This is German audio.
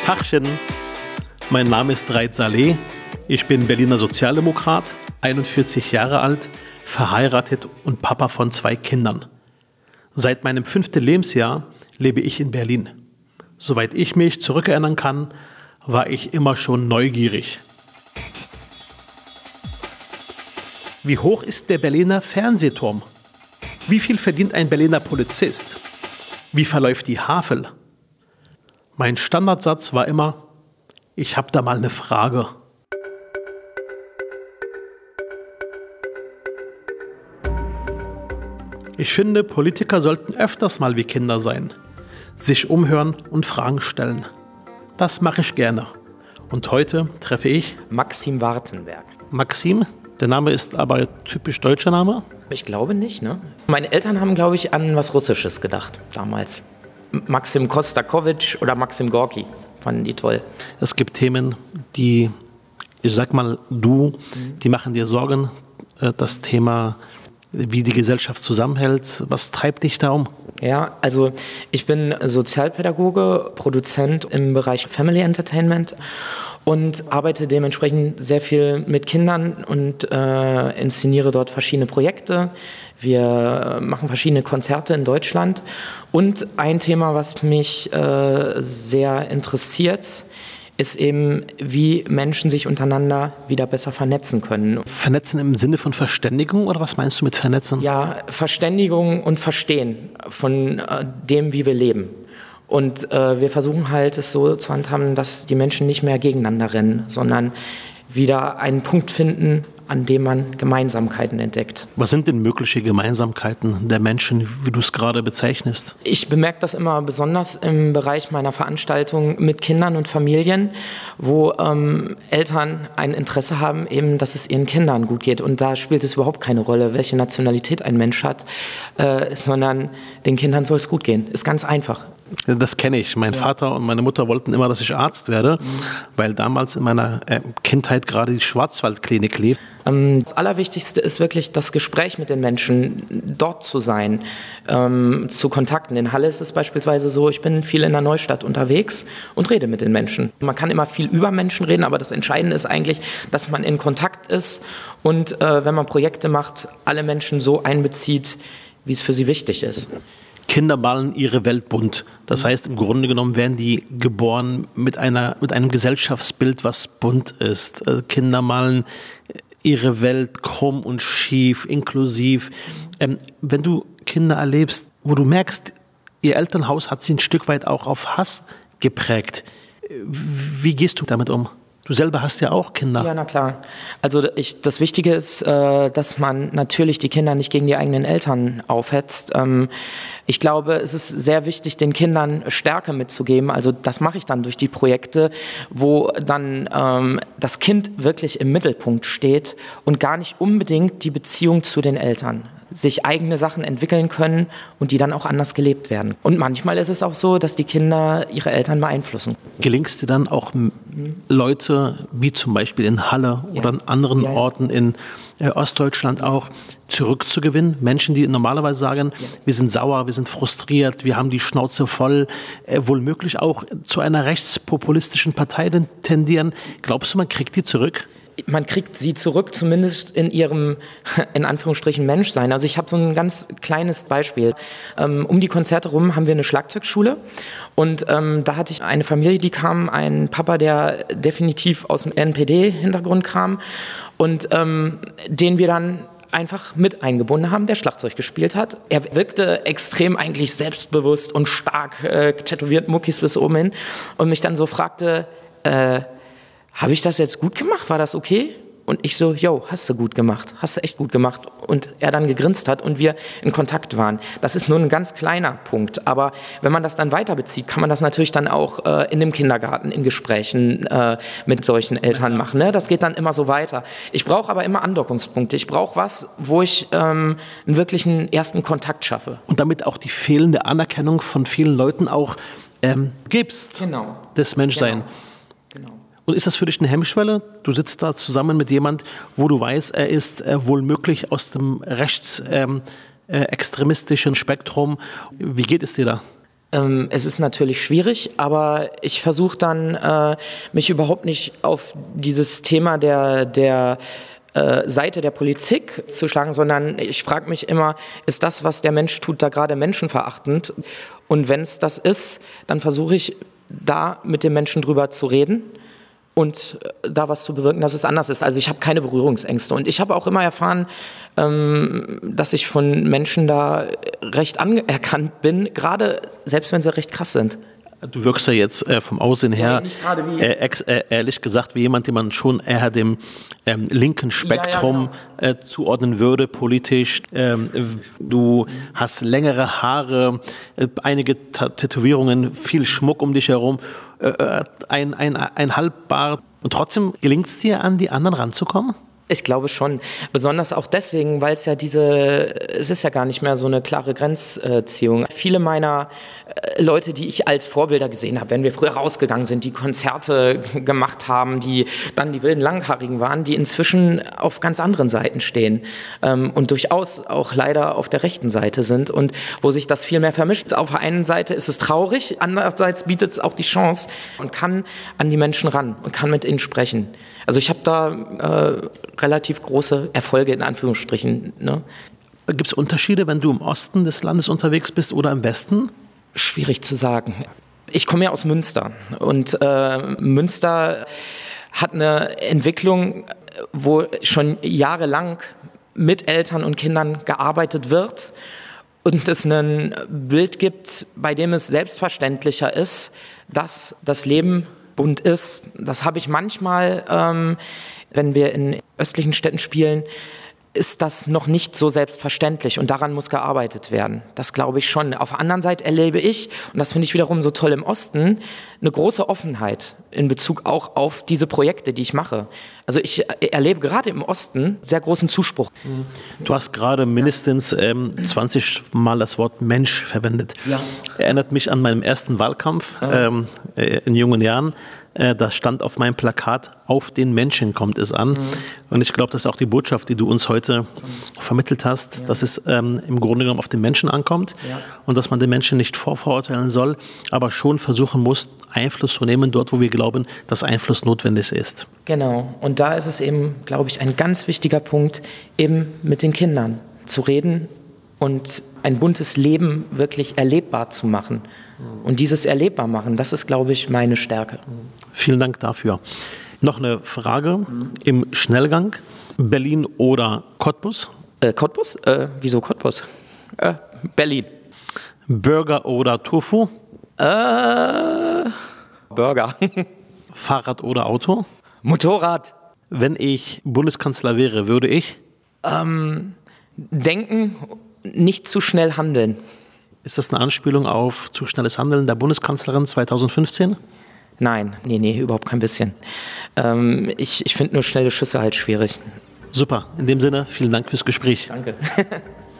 Tachchen, mein Name ist Reit Saleh. Ich bin Berliner Sozialdemokrat, 41 Jahre alt, verheiratet und Papa von 2 Kindern. Seit meinem 5. Lebensjahr lebe ich in Berlin. Soweit ich mich zurückerinnern kann, war ich immer schon neugierig. Wie hoch ist der Berliner Fernsehturm? Wie viel verdient ein Berliner Polizist? Wie verläuft die Havel? Mein Standardsatz war immer: Ich habe da mal eine Frage. Ich finde, Politiker sollten öfters mal wie Kinder sein, sich umhören und Fragen stellen. Das mache ich gerne. Und heute treffe ich Maxim Wartenberg. Maxim, der Name ist aber typisch deutscher Name. Ich glaube nicht, ne? Meine Eltern haben, glaube ich, an was Russisches gedacht damals. Maxim Kostakowitsch oder Maxim Gorki, fanden die toll. Es gibt Themen, die, ich sag mal, die machen dir Sorgen. Das Thema, wie die Gesellschaft zusammenhält. Was treibt dich da um? Ja, also ich bin Sozialpädagoge, Produzent im Bereich Family Entertainment und arbeite dementsprechend sehr viel mit Kindern und inszeniere dort verschiedene Projekte. Wir machen verschiedene Konzerte in Deutschland. Und ein Thema, was mich sehr interessiert, ist eben, wie Menschen sich untereinander wieder besser vernetzen können. Vernetzen im Sinne von Verständigung oder was meinst du mit vernetzen? Ja, Verständigung und Verstehen von dem, wie wir leben. Und wir versuchen halt, es so zu handhaben, dass die Menschen nicht mehr gegeneinander rennen, sondern wieder einen Punkt finden, an dem man Gemeinsamkeiten entdeckt. Was sind denn mögliche Gemeinsamkeiten der Menschen, wie du es gerade bezeichnest? Ich bemerke das immer besonders im Bereich meiner Veranstaltungen mit Kindern und Familien, wo Eltern ein Interesse haben, eben, dass es ihren Kindern gut geht. Und da spielt es überhaupt keine Rolle, welche Nationalität ein Mensch hat, sondern den Kindern soll es gut gehen. Ist ganz einfach. Das kenne ich. Mein Vater und meine Mutter wollten immer, dass ich Arzt werde, weil damals in meiner Kindheit gerade die Schwarzwaldklinik lief. Das Allerwichtigste ist wirklich das Gespräch mit den Menschen, dort zu sein, zu kontakten. In Halle ist es beispielsweise so, ich bin viel in der Neustadt unterwegs und rede mit den Menschen. Man kann immer viel über Menschen reden, aber das Entscheidende ist eigentlich, dass man in Kontakt ist und wenn man Projekte macht, alle Menschen so einbezieht, wie es für sie wichtig ist. Kinder malen ihre Welt bunt. Das heißt, im Grunde genommen werden die geboren mit einem Gesellschaftsbild, was bunt ist. Kinder malen ihre Welt krumm und schief, inklusiv. Wenn du Kinder erlebst, wo du merkst, ihr Elternhaus hat sie ein Stück weit auch auf Hass geprägt, wie gehst du damit um? Du selber hast ja auch Kinder. Ja, na klar. Also das Wichtige ist, dass man natürlich die Kinder nicht gegen die eigenen Eltern aufhetzt. Ich glaube, es ist sehr wichtig, den Kindern Stärke mitzugeben. Also das mache ich dann durch die Projekte, wo dann das Kind wirklich im Mittelpunkt steht und gar nicht unbedingt die Beziehung zu den Eltern. Sich eigene Sachen entwickeln können und die dann auch anders gelebt werden. Und manchmal ist es auch so, dass die Kinder ihre Eltern beeinflussen. Gelingt es dir dann auch Leute, wie zum Beispiel in Halle oder an anderen Orten in Ostdeutschland auch, zurückzugewinnen? Menschen, die normalerweise sagen, wir sind sauer, wir sind frustriert, wir haben die Schnauze voll, wohlmöglich auch zu einer rechtspopulistischen Partei tendieren. Glaubst du, man kriegt die zurück? Man kriegt sie zurück, zumindest in ihrem, in Anführungsstrichen, Menschsein. Also ich habe so ein ganz kleines Beispiel. Um die Konzerte rum haben wir eine Schlagzeugschule und da hatte ich eine Familie, die kam, ein Papa, der definitiv aus dem NPD-Hintergrund kam und den wir dann einfach mit eingebunden haben, der Schlagzeug gespielt hat. Er wirkte extrem eigentlich selbstbewusst und stark, tätowiert Muckis bis oben hin und mich dann so fragte, habe ich das jetzt gut gemacht? War das okay? Und ich so, yo, hast du gut gemacht, hast du echt gut gemacht. Und er dann gegrinst hat und wir in Kontakt waren. Das ist nur ein ganz kleiner Punkt. Aber wenn man das dann weiter bezieht, kann man das natürlich dann auch in dem Kindergarten, in Gesprächen mit solchen Eltern machen. Ne? Das geht dann immer so weiter. Ich brauche aber immer Andockungspunkte. Ich brauche was, wo ich einen wirklichen ersten Kontakt schaffe. Und damit auch die fehlende Anerkennung von vielen Leuten auch gibst. Genau. Des Menschsein. Genau. Und ist das für dich eine Hemmschwelle? Du sitzt da zusammen mit jemand, wo du weißt, er ist wohlmöglich aus dem rechtsextremistischen Spektrum. Wie geht es dir da? Es ist natürlich schwierig, aber ich versuche dann, mich überhaupt nicht auf dieses Thema der Seite der Politik zu schlagen, sondern ich frage mich immer, ist das, was der Mensch tut, da gerade menschenverachtend? Und wenn es das ist, dann versuche ich da mit dem Menschen drüber zu reden und da was zu bewirken, dass es anders ist. Also ich habe keine Berührungsängste und ich habe auch immer erfahren, dass ich von Menschen da recht anerkannt bin, gerade selbst wenn sie recht krass sind. Du wirkst ja jetzt vom Aussehen her, ehrlich gesagt, wie jemand, den man schon eher dem linken Spektrum zuordnen würde, politisch. Du hast längere Haare, einige Tätowierungen, viel Schmuck um dich herum, ein Halbbart. Und trotzdem gelingt es dir, an die anderen ranzukommen? Ich glaube schon. Besonders auch deswegen, weil es ist ja gar nicht mehr so eine klare Grenzziehung. Viele meiner Leute, die ich als Vorbilder gesehen habe, wenn wir früher rausgegangen sind, die Konzerte gemacht haben, die dann die wilden Langhaarigen waren, die inzwischen auf ganz anderen Seiten stehen und durchaus auch leider auf der rechten Seite sind und wo sich das viel mehr vermischt. Auf der einen Seite ist es traurig, andererseits bietet es auch die Chance und kann an die Menschen ran und kann mit ihnen sprechen. Also ich habe da relativ große Erfolge in Anführungsstrichen. Ne? Gibt es Unterschiede, wenn du im Osten des Landes unterwegs bist oder im Westen? Schwierig zu sagen. Ich komme ja aus Münster und Münster hat eine Entwicklung, wo schon jahrelang mit Eltern und Kindern gearbeitet wird und es ein Bild gibt, bei dem es selbstverständlicher ist, dass das Leben bunt ist. Das habe ich manchmal, wenn wir in östlichen Städten spielen, ist das noch nicht so selbstverständlich und daran muss gearbeitet werden. Das glaube ich schon. Auf der anderen Seite erlebe ich, und das finde ich wiederum so toll im Osten, eine große Offenheit in Bezug auch auf diese Projekte, die ich mache. Also ich erlebe gerade im Osten sehr großen Zuspruch. Du hast gerade mindestens 20 Mal das Wort Mensch verwendet. Ja. Erinnert mich an meinen ersten Wahlkampf in jungen Jahren. Da stand auf meinem Plakat, auf den Menschen kommt es an. Und ich glaube, das ist auch die Botschaft, die du uns heute vermittelt hast, dass es im Grunde genommen auf den Menschen ankommt und dass man den Menschen nicht vorverurteilen soll, aber schon versuchen muss, Einfluss zu nehmen dort, wo wir glauben, dass Einfluss notwendig ist. Genau. Und da ist es eben, glaube ich, ein ganz wichtiger Punkt, eben mit den Kindern zu reden und ein buntes Leben wirklich erlebbar zu machen. Und dieses erlebbar machen, das ist, glaube ich, meine Stärke. Vielen Dank dafür. Noch eine Frage im Schnellgang. Berlin oder Cottbus? Cottbus? Wieso Cottbus? Berlin. Burger oder Tofu? Burger. Fahrrad oder Auto? Motorrad. Wenn ich Bundeskanzler wäre, würde ich? Denken, nicht zu schnell handeln. Ist das eine Anspielung auf zu schnelles Handeln der Bundeskanzlerin 2015? Nein, nee, überhaupt kein bisschen. Ich finde nur schnelle Schüsse halt schwierig. Super, in dem Sinne, vielen Dank fürs Gespräch. Danke.